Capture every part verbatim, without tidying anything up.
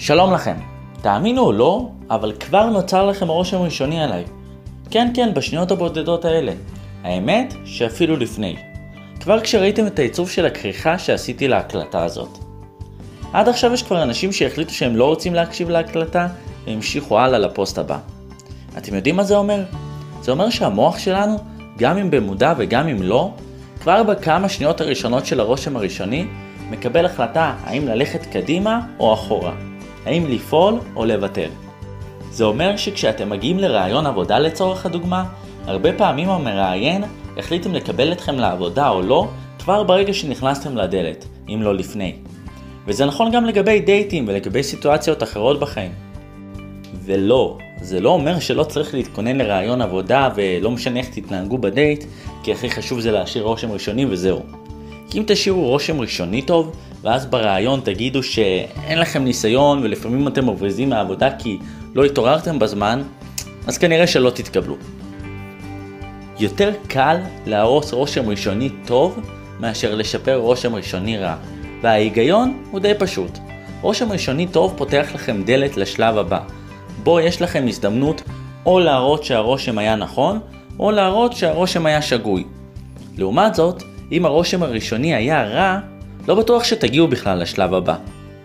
שלום לכם. תאמינו או לא, אבל כבר נוצר לכם רושם ראשוני עליי. כן כן, בשניות הבודדות האלה. האמת שאפילו לפני. כבר כשראיתם את העיצוב של הכריכה שעשיתי להקלטה הזאת. עד עכשיו יש כבר אנשים שהחליטו שהם לא רוצים להקשיב להקלטה והמשיכו הלאה לפוסט הבא. אתם יודעים מה זה אומר? זה אומר שהמוח שלנו, גם אם במודע וגם אם לא, כבר בכמה שניות הראשונות של הרושם הראשוני, מקבל החלטה האם ללכת קדימה או אחורה. האם לפעול או לבטל. זה אומר שכשאתם מגיעים לרעיון עבודה לצורך הדוגמה, הרבה פעמים המראיין החליטים לקבל אתכם לעבודה או לא, כבר ברגע שנכנסתם לדלת, אם לא לפני. וזה נכון גם לגבי דייטים ולגבי סיטואציות אחרות בחיים. ולא, זה לא אומר שלא צריך להתכונן לרעיון עבודה ולא משנה איך תתנהגו בדייט, כי הכי חשוב זה להשאיר רושם ראשוני וזהו. כי אם תשאירו רושם ראשוני טוב, ואז ברעיון תגידו שאין לכם ניסיון ולפעמים אתם מבריזים מהעבודה כי לא התעוררתם בזמן, אז כנראה שלא תתקבלו. יותר קל להרוס רושם ראשוני טוב מאשר לשפר רושם ראשוני רע. וההיגיון הוא די פשוט. רושם ראשוני טוב פותח לכם דלת לשלב הבא, בו יש לכם הזדמנות או להראות שהרושם היה נכון, או להראות שהרושם היה שגוי. לעומת זאת, אם הרושם הראשוני היה רע, לא בטוח שתגיעו בכלל לשלב הבא.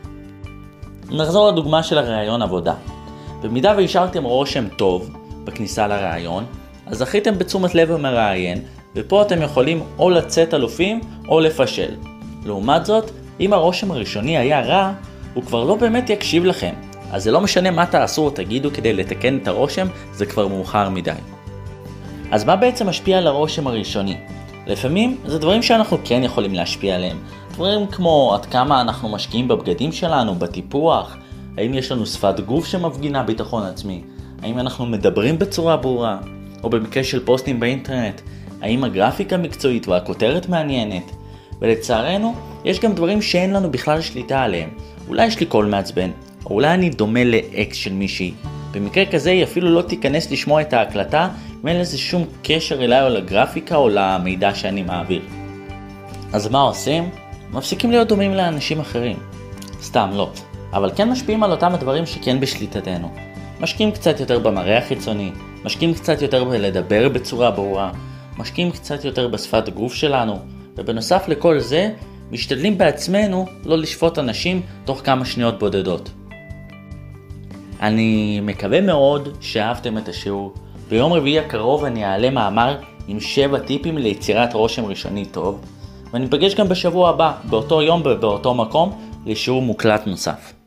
נחזור לדוגמה של הרעיון עבודה. במידה והשארתם רושם טוב בכניסה לרעיון, אז זכיתם בתשומת לב המראיין, ופה אתם יכולים או לצאת אלופים או לפשל. לעומת זאת, אם הרושם הראשוני היה רע, הוא כבר לא באמת יקשיב לכם. אז זה לא משנה מה תעשו או תגידו כדי לתקן את הרושם, זה כבר מאוחר מדי. אז מה בעצם משפיע על הרושם הראשוני? לפעמים זה דברים שאנחנו כן יכולים להשפיע עליהם. דברים כמו עד כמה אנחנו משקיעים בבגדים שלנו, בטיפוח, האם יש לנו שפת גוף שמפגינה ביטחון עצמי, האם אנחנו מדברים בצורה ברורה, או במקרה של פוסטים באינטרנט, האם הגרפיקה מקצועית והכותרת מעניינת. ולצערנו, יש גם דברים שאין לנו בכלל שליטה עליהם. אולי יש לי קול מעצבן, או אולי אני דומה לאקס של מישהי. במקרה כזה היא אפילו לא תיכנס לשמוע את ההקלטה, ואין לזה שום קשר אליי או לגרפיקה או למידע שאני מעביר. אז מה עושים? מפסיקים להיות דומים לאנשים אחרים. סתם לא. אבל כן משפיעים על אותם הדברים שכן בשליטתנו. משקיעים קצת יותר במראה החיצוני, משקיעים קצת יותר בלדבר בצורה ברורה, משקיעים קצת יותר בשפת גוף שלנו, ובנוסף לכל זה, משתדלים בעצמנו לא לשפוט אנשים תוך כמה שניות בודדות. אני מקווה מאוד שאהבתם את השיעור. ביום רביעי הקרוב אני אעלה מאמר עם שבע טיפים ליצירת רושם ראשוני טוב, ואני אפגש גם בשבוע הבא, באותו יום ובאותו מקום, לשיעור מוקלט נוסף.